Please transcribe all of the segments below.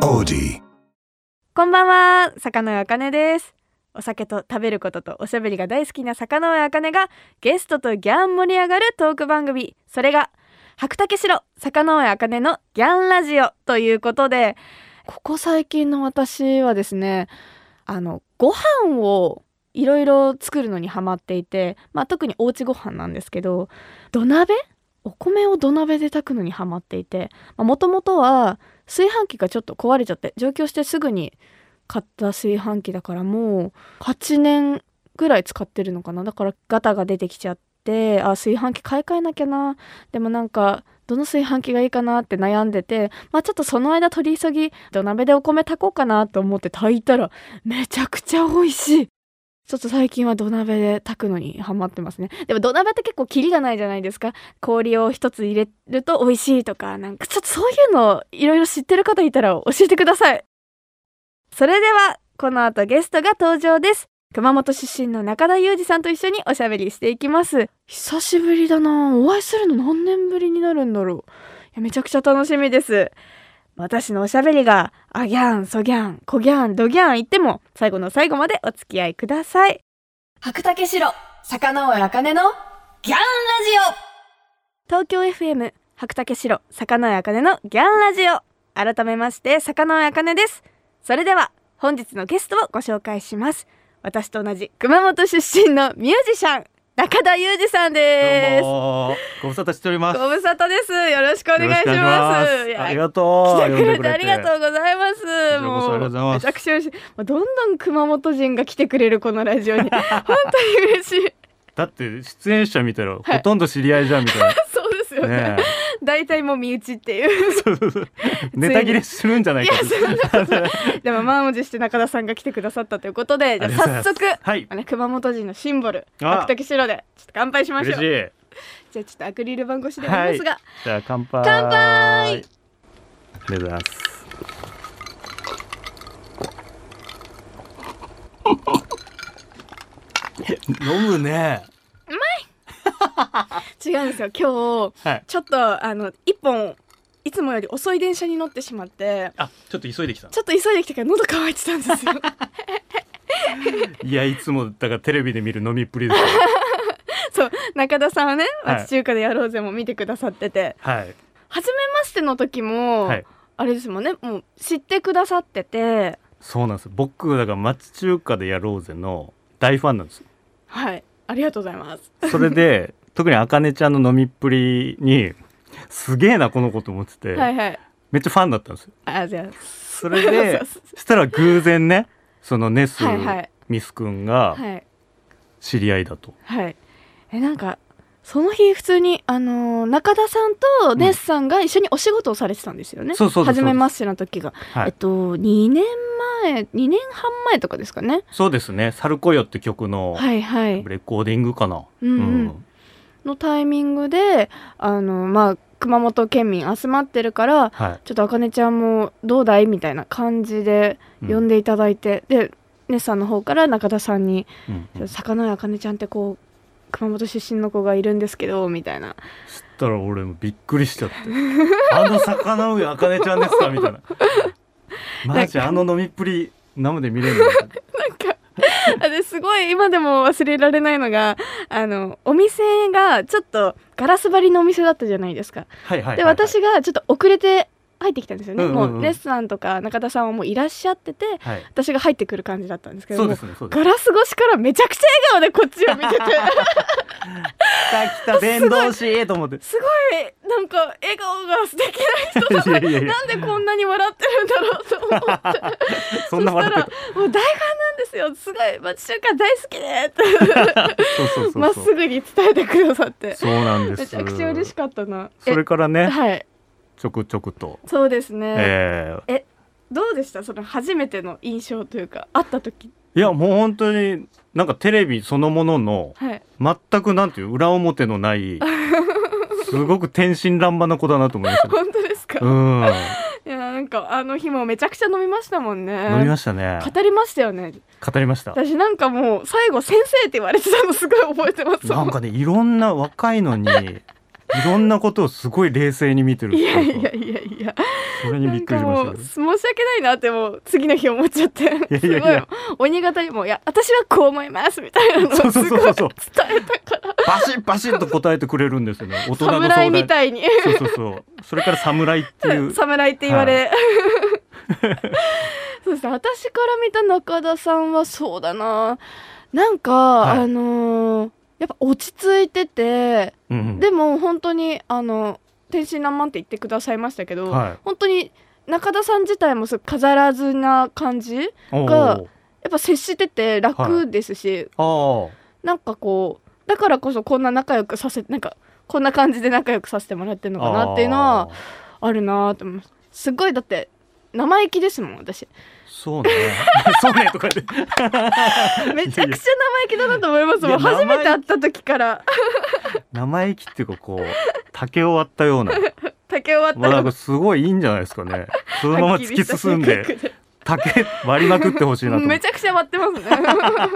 Odie。 こんばんは、坂上茜です。お酒と食べることとおしゃべりが大好きな坂上茜がゲストとギャン盛り上がるトーク番組、それが白竹城坂上茜のギャンラジオということで、ここ最近の私はですね、ご飯をいろいろ作るのにハマっていて、特におうちご飯なんですけど、お米を土鍋で炊くのにハマっていて、もともとは炊飯器がちょっと壊れちゃって上京してすぐに買った炊飯器だから、もう8年ぐらい使ってるのかな。だからガタが出てきちゃって、炊飯器買い替えなきゃな、でもなんかどの炊飯器がいいかなって悩んでて、ちょっとその間取り急ぎ土鍋でお米炊こうかなと思って炊いたらめちゃくちゃ美味しい。ちょっと最近は土鍋で炊くのにハマってますね。でも土鍋って結構キリがないじゃないですか。氷を一つ入れると美味しいとか、なんかちょっとそういうのいろいろ知ってる方いたら教えてください。それではこの後ゲストが登場です。熊本出身の中田裕二さんと一緒におしゃべりしていきます。久しぶりだな。お会いするの何年ぶりになるんだろう。いや、めちゃくちゃ楽しみです。私のおしゃべりがアギャン、ソギャン、コギャン、ドギャン言っても最後の最後までお付き合いください。白竹城坂上茜のギャンラジオ。東京 FM 白竹城坂上茜のギャンラジオ。改めまして坂上茜です。それでは本日のゲストをご紹介します。私と同じ熊本出身のミュージシャン中田裕二さんです。 どうもご無沙汰しております。 ご無沙汰です。よろしくお願いします。 ありがとう。 来てくれてありがとうございます。 もうめちゃくちゃ嬉しい。どんどん熊本人が来てくれるこのラジオに本当に嬉しい。 だって出演者見たらほとんど知り合いじゃんみたいな、 そうですよね。大体もう身内っていうネタ切れするんじゃないかと。 でも満を持して中田さんが来てくださったということで、じゃあ早速、熊本人のシンボル白竹城でちょっと乾杯しましょう。 嬉しい。 じゃあちょっとアクリル板越しでありますが、 じゃあ乾杯。 乾杯。 ありがとうございます。飲むね。 うまい。違うんですよ。今日、ちょっと一本いつもより遅い電車に乗ってしまって、 ちょっと急いできた。 から喉乾いてたんですよ。 いや、いつもだからテレビで見る飲みっぷりですよ。 そう、中田さんはね、町中華でやろうぜも見てくださってて、初めましての時も、あれですもんね、もう知ってくださってて。 そうなんです。僕だから町中華でやろうぜの大ファンなんですよ。 はい、ありがとうございます。 それで特に茜ちゃんの飲みっぷりにすげえなこの子と思ってて、めっちゃファンだったんですよ。 じゃあそれでそしたら偶然ね、そのネスミスくんが知り合いだと。 なんかその日普通に中田さんとネスさんが一緒にお仕事をされてたんですよね。初めましての時が、2年半前とかですかね。 そうですね。サルコヨって曲のレコーディングかな、 のタイミングで熊本県民集まってるから、ちょっと茜ちゃんもどうだいみたいな感じで呼んでいただいて、でネスさんの方から中田さんに、坂上茜ちゃんってこう熊本出身の子がいるんですけどみたいな。 そしたら俺もびっくりしちゃって坂上茜ちゃんですかみたいな。マジ飲みっぷり生で見れるの。なんかすごい今でも忘れられないのが、お店がちょっとガラス張りのお店だったじゃないですか。で私がちょっと遅れて入ってきたんですよね。もうネスさんとか中田さんはもういらっしゃってて、私が入ってくる感じだったんですけど、ガラス越しからめちゃくちゃ笑顔でこっちを見てて来た伝道師と思って、 すごいなんか笑顔が素敵な人だな。なんでこんなに笑ってるんだろうと思ってそんな笑ってた。 もう大ファンなんですよ。すごい町中華大好きでってまっすぐに伝えてくださって、 そうなんです。 めちゃくちゃ嬉しかったな。 それからね、ちょくちょくと。 そうですね。どうでした、その初めての印象というか会った時。 いやもう本当になんかテレビそのものの、全くなんていう裏表のないすごく天真爛漫な子だなと思いました。 本当ですか。いやなんかあの日もめちゃくちゃ飲みましたもんね。 飲みましたね。 語りましたよね。 語りました。 私なんかもう最後先生って言われてたのすごい覚えてます。 なんかね、いろんな若いのにいろんなことをすごい冷静に見てる。 いやそれにびっくりしましたけど。 申し訳ないなってもう次の日思っちゃって、すごい鬼型にも私はこう思いますみたいなのをすごい伝えたからバシッバシッと答えてくれるんですよね。大人の侍みたいにそうそれから侍っていう侍って言われ、そうですね、私から見た中田さんはそうだな、なんか、やっぱ落ち着いてて、でも本当に天真爛漫って言ってくださいましたけど、本当に中田さん自体もすごい飾らずな感じがやっぱ接してて楽ですし、なんかこうだからこそこんな仲良くなんかこんな感じで仲良くさせてもらってるのかなっていうのはあるなと思います。すごいだって生意気ですもん私。 そうねそうねとか言ってめちゃくちゃ生意気だなと思いますもん。初めて会った時から生意気っていうかこう竹を割ったような竹を割ったような、 なんかすごいいいんじゃないですかね。そのまま突き進んで竹割りまくってほしいなとめちゃくちゃ割ってますねで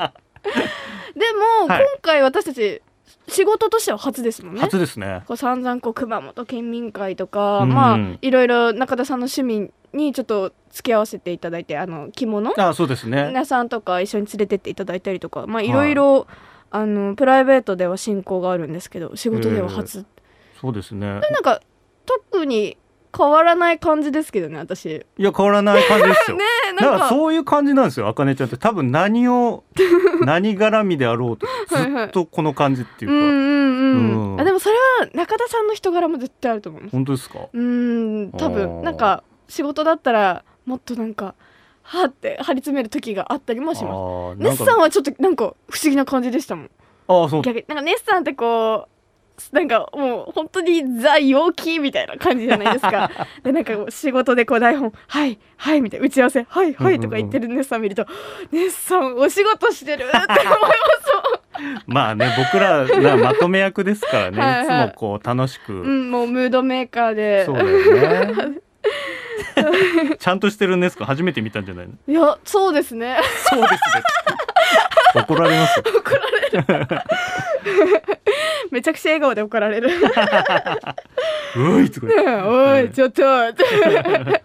も、今回私たち仕事としては初ですもんね。 初ですね。 こう散々熊本県民会とか、いろいろ中田さんの趣味にちょっと付き合わせていただいて、着物そうですね、 皆さんとか一緒に連れてっていただいたりとか、いろいろプライベートでは親交があるんですけど、仕事では初、 そうですね。 でなんか特に変わらない感じですけどね私。 いや変わらない感じですよね。 なんかそういう感じなんですよ、あかねちゃんって。多分何絡みであろうとずっとこの感じっていうか。 でもそれは中田さんの人柄も絶対あると思います。 本当ですか？ 多分なんか仕事だったらもっとなんかはーって張り詰める時があったりもします。ネスさんはちょっとなんか不思議な感じでしたもん。 そう。 逆になんかネスさんってこうなんかもう本当にザ陽気みたいな感じじゃないですかでなんか仕事でこう台本はいはいみたいな打ち合わせはいはいとか言ってるネスさん見ると、ネスさんお仕事してるって思いますまあね、僕らまとめ役ですからねいつもこう楽しく、 もうムードメーカーで。 そうだよねちゃんとしてるんですか？初めて見たんじゃないの？ いやそうですねそうですね怒られます怒られるめちゃくちゃ笑顔で怒られるおいちょっと最近は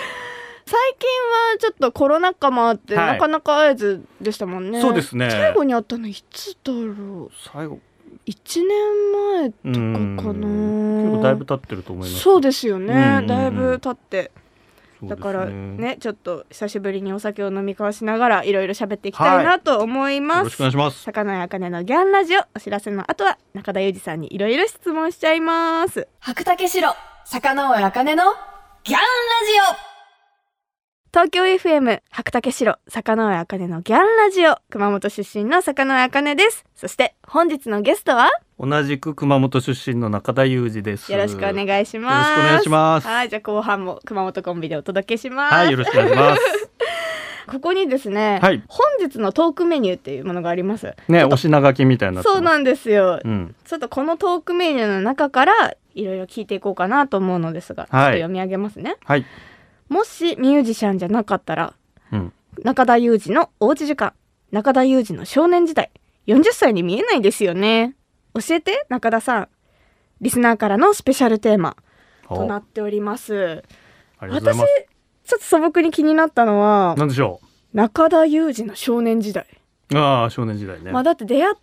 ちょっとコロナ禍もあって、なかなか会えずでしたもんね。 そうですね。 最後に会ったのいつだろう。 最後 1年前とかかな。 結構だいぶ経ってると思います。 そうですよね、だいぶ経って、だからねちょっと久しぶりにお酒を飲み交わしながらいろいろ喋っていきたいなと思います。 よろしくお願いします。 坂上茜のギャンラジオ、お知らせの後は中田裕二さんにいろいろ質問しちゃいます。 白竹城坂上茜のギャンラジオ。 東京 FM 白竹城坂上茜のギャンラジオ、熊本出身の坂上茜です。そして本日のゲストは同じく熊本出身の中田裕二です。 よろしくお願いします。 よろしくお願いします。 はい、じゃあ後半も熊本コンビでお届けします。 はい、よろしくお願いしますここにですね、本日のトークメニューっていうものがありますね。お品書きみたいな。 そうなんですよ、ちょっとこのトークメニューの中からいろいろ聞いていこうかなと思うのですが、ちょっと読み上げますね。 はい。 もしミュージシャンじゃなかったら、中田裕二のおうち時間、中田裕二の少年時代、40歳に見えないですよね。教えて中田さん。リスナーからのスペシャルテーマとなっております。私ちょっと素朴に気になったのは何でしょう。中田裕二の少年時代。 少年時代ね。 だって出会って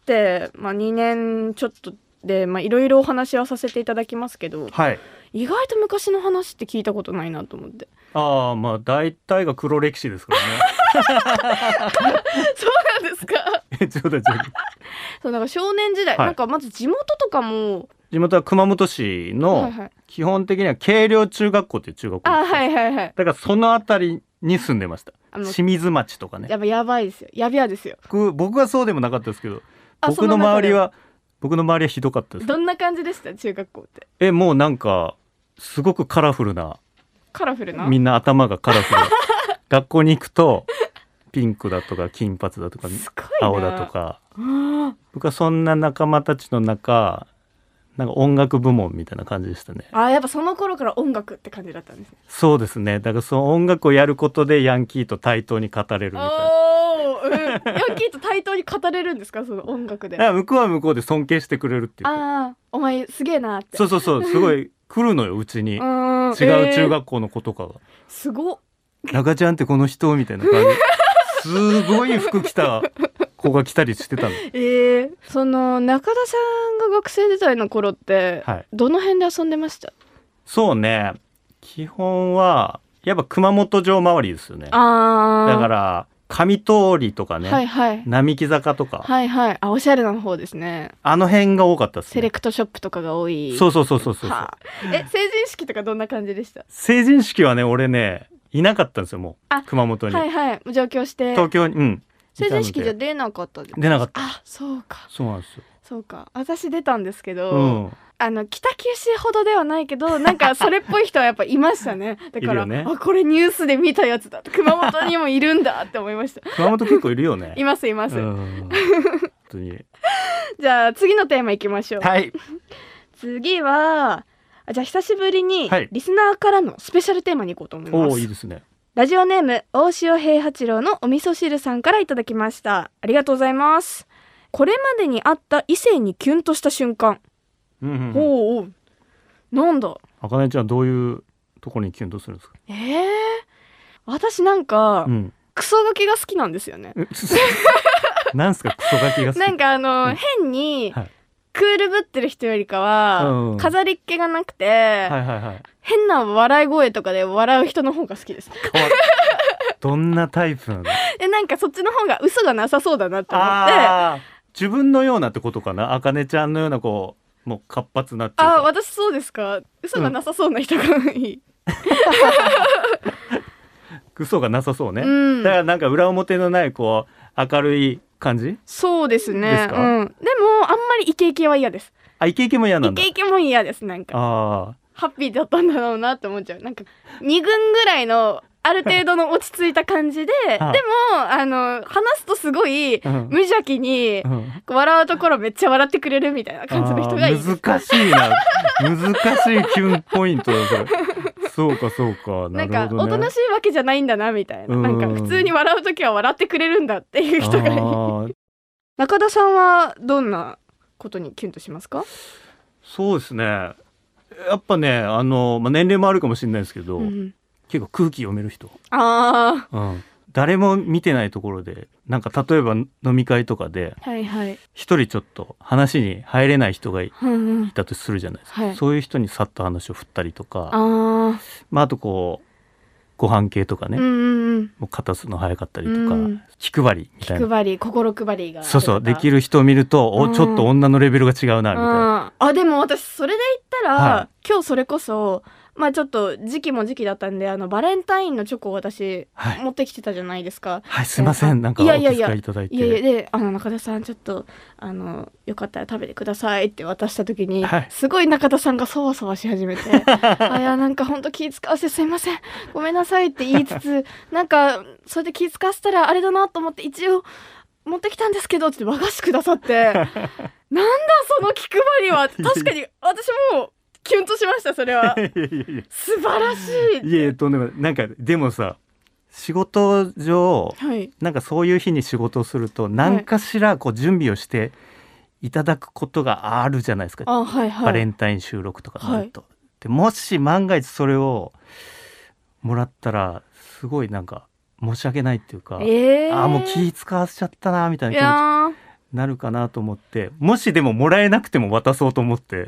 、2年ちょっとでいろいろお話はさせていただきますけど、意外と昔の話って聞いたことないなと思って。 大体が黒歴史ですからねそうなんですかそうなんか少年時代、なんかまず地元とかも、 地元は熊本市の基本的には軽量中学校っていう中学校です。だからそのあたりに住んでました。清水町とかね。 やばいですよ。やびやですよ。 僕はそうでもなかったですけど、僕の周りはひどかったです。 どんな感じでした中学校って？ もうなんかすごくカラフルなみんな頭がカラフル学校に行くとピンクだとか金髪だとか青だとか、僕はそんな仲間たちの中、なんか音楽部門みたいな感じでしたね。 やっぱその頃から音楽って感じだったんですね。 そうですね。だからその音楽をやることでヤンキーと対等に語れるみたいな。 ヤンキーと対等に語れるんですか、その音楽で。 向こうは向こうで尊敬してくれるっていう。 ああ、お前すげえなって。 そうすごい来るのよ、うちに。違う中学校の子とかが、 すごっ。 中ちゃんってこの人みたいな感じ。すごい服着た子が来たりしてたの。 その中田さんが学生時代の頃って、どの辺で遊んでました？ そうね、基本はやっぱ熊本城周りですよね。だから上通りとかね、並木坂とか、 おしゃれな方ですね。 あの辺が多かったですね。 セレクトショップとかが多い。 そう。 成人式とかどんな感じでした？ 成人式はね、俺ねいなかったんですよ、もう熊本に。 上京して東京に。 成人式じゃ出なかったですか？ 出なかった。 そうか。 そうなんですよ。 そうか、私出たんですけど、北九州ほどではないけど、なんかそれっぽい人はやっぱいましたね。だから、ね、これニュースで見たやつだ、熊本にもいるんだって思いました。 熊本結構いるよね。 います本当に。 じゃあ次のテーマいきましょう。次はじゃあ久しぶりにリスナーからのスペシャルテーマに行こうと思います。 いいですね。 ラジオネーム大塩平八郎のお味噌汁さんからいただきました。ありがとうございます。これまでにあった異性にキュンとした瞬間。なんだ。 あかねちゃんどういうところにキュンとするんですか？ 私なんか、クソガキが好きなんですよね。 なんすかクソガキが好き？なんか変にクールぶってる人よりかは、飾りっ気がなくて、変な笑い声とかで笑う人の方が好きです。 どんなタイプなの？ なんかそっちの方が嘘がなさそうだなって思って。 自分のようなってことかな。あかねちゃんのようなもう活発なっていうか。 私そうですか。嘘がなさそうな人がいい。 嘘がなさそうね。だからなんか裏表のない明るい感じ。そうですね。でもあんまりイケイケは嫌です。イケイケも嫌なんだ。イケイケも嫌です。なんかハッピーだったんだろうなって思っちゃう。なんか2軍ぐらいのある程度の落ち着いた感じで、でも話すとすごい無邪気に笑うところめっちゃ笑ってくれるみたいな感じの人がいい。難しいな。難しいキュンポイントだそれ。そうか。なんかおとなしいわけじゃないんだなみたいな。なんか普通に笑うときは笑ってくれるんだっていう人がいい。中田さんはどんなことにキュンとしますか？そうですね。やっぱね年齢もあるかもしれないですけど。結構空気読める人。誰も見てないところでなんか例えば飲み会とかで一人ちょっと話に入れない人がいたとするじゃないですか。そういう人にさっと話を振ったりとか、あとご飯系とかね、もう片すの早かったりとか、気配りみたいな、心配りがそうできる人を見るとちょっと女のレベルが違うなみたいな。でも私それで言ったら、今日それこそちょっと時期も時期だったんでバレンタインのチョコを私、持ってきてたじゃないですか。すいません、なんかお気遣いいただいて。で中田さんちょっとよかったら食べてくださいって渡した時に、すごい中田さんがそわそわし始めてなんかほんと気使わせてすいませんごめんなさいって言いつつなんかそれで気使わせたらあれだなと思って一応持ってきたんですけどって和菓子くださってなんだその気配りは。確かに私もキュンとしました。それは素晴らしい。とんでもない。なんかでもさ仕事上、なんかそういう日に仕事をすると何かしら準備をしていただくことがあるじゃないですか。バレンタイン収録とかになると、でもし万が一それをもらったらすごいなんか申し訳ないっていうか、もう気使わせちゃったなみたいな気持ちになるかなと思って、もしでももらえなくても渡そうと思って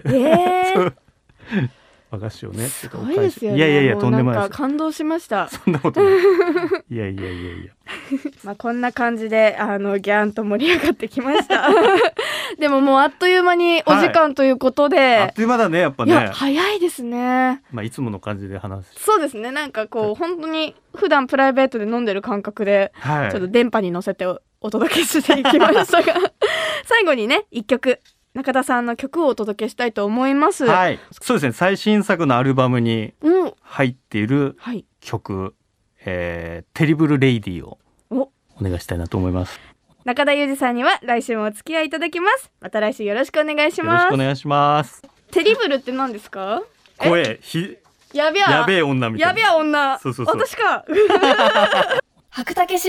和菓子をね。すごいですよね。いやとんでもないです。なんか感動しました。そんなことない。いやこんな感じでギャンと盛り上がってきましたでももうあっという間にお時間ということで、あっという間だねやっぱね。早いですね。いつもの感じで話す。そうですね。なんか本当に普段プライベートで飲んでる感覚で、ちょっと電波に乗せてお届けしていきましたが最後にね一曲中田さんの曲をお届けしたいと思います。そうですね。最新作のアルバムに入っている曲、テリブルレイディをお願いしたいなと思います。中田裕二さんには来週もお付き合いいただきます。また来週よろしくお願いします。よろしくお願いします。テリブルって何ですか？声やべえ女みたいな。やべえ女。そう私か。白竹城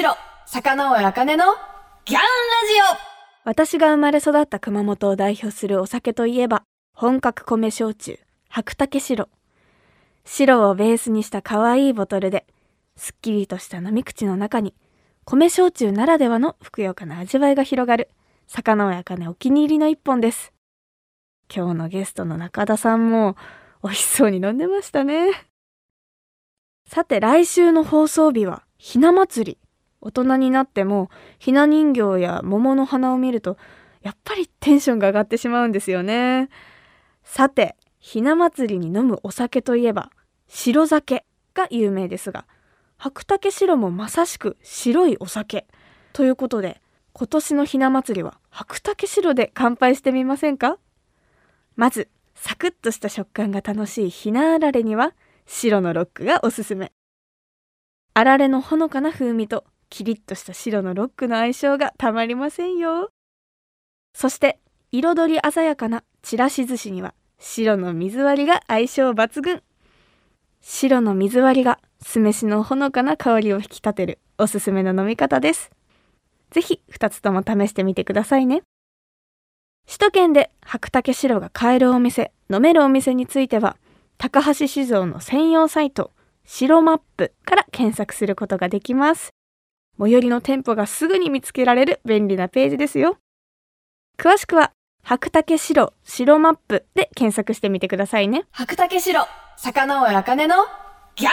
坂上茜のギャンラジオ。 私が生まれ育った熊本を代表するお酒といえば、本格米焼酎、白竹白。白をベースにした可愛いボトルで、すっきりとした飲み口の中に、米焼酎ならではのふくよかな味わいが広がる、坂上茜お気に入りの一本です。今日のゲストの中田さんも、美味しそうに飲んでましたね。さて、来週の放送日は、ひな祭り。大人になっても、ひな人形や桃の花を見ると、やっぱりテンションが上がってしまうんですよね。さて、ひな祭りに飲むお酒といえば白酒が有名ですが、白竹白もまさしく白いお酒ということで、今年のひな祭りは白竹白で乾杯してみませんか？まずサクッとした食感が楽しいひなあられには白のロックがおすすめ。あられのほのかな風味とキリッとした白のロックの相性がたまりませんよ。そして彩り鮮やかなちらし寿司には白の水割りが相性抜群。白の水割りが酢飯のほのかな香りを引き立てるおすすめの飲み方です。ぜひ2つとも試してみてくださいね。首都圏で白竹白が買えるお店、飲めるお店については、高橋酒造の専用サイト白マップから検索することができます。最寄りの店舗がすぐに見つけられる便利なページですよ。詳しくは白竹白白マップで検索してみてくださいね。 白竹白、坂上茜のギャンラジ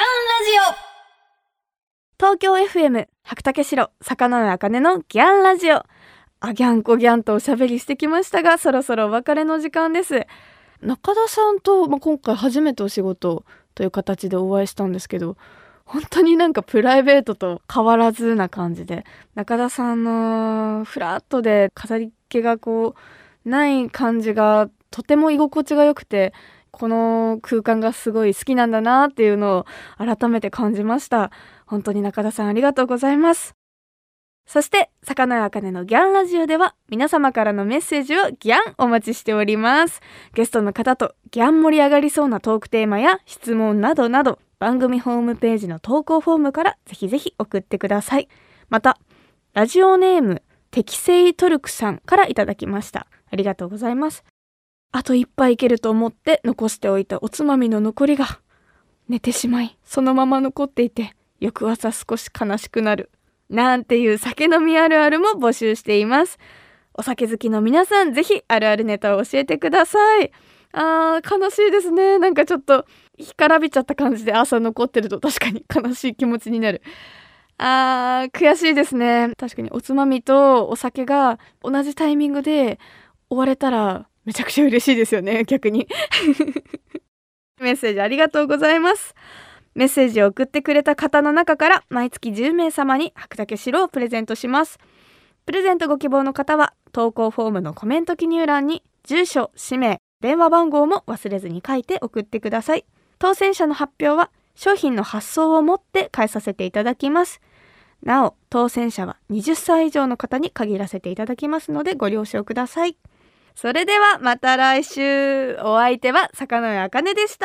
東京 FM 白竹白坂上茜のギャンラジオ。あぎゃんこギャンとおしゃべりしてきましたが、そろそろお別れの時間です。中田さんと、今回初めてお仕事という形でお会いしたんですけど、本当になんかプライベートと変わらずな感じで、中田さんのフラットで飾り気がない感じがとても居心地が良くて、この空間がすごい好きなんだなっていうのを改めて感じました。本当に中田さんありがとうございます。そして坂上茜のギャンラジオでは皆様からのメッセージをギャンお待ちしております。ゲストの方とギャン盛り上がりそうなトークテーマや質問などなど、番組ホームページの投稿フォームからぜひぜひ送ってください。またラジオネーム適正トルクさんからいただきました。ありがとうございます。あと一杯いけると思って残しておいたおつまみの残りが寝てしまい、そのまま残っていて翌朝少し悲しくなるなんていう酒飲みあるあるも募集しています。お酒好きの皆さんぜひあるあるネタを教えてください。悲しいですね。なんかちょっと干からびちゃった感じで朝残ってると確かに悲しい気持ちになる。悔しいですね。確かにおつまみとお酒が同じタイミングで終われたらめちゃくちゃ嬉しいですよね、逆にメッセージありがとうございます。メッセージを送ってくれた方の中から毎月10名様に白竹白をプレゼントします。プレゼントご希望の方は投稿フォームのコメント記入欄に住所、氏名、電話番号も忘れずに書いて送ってください。当選者の発表は商品の発送をもって返させていただきます。なお当選者は20歳以上の方に限らせていただきますのでご了承ください。それではまた来週。お相手は坂上茜でした。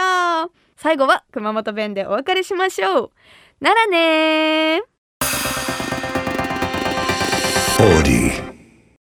最後は熊本弁でお別れしましょう。ならねー。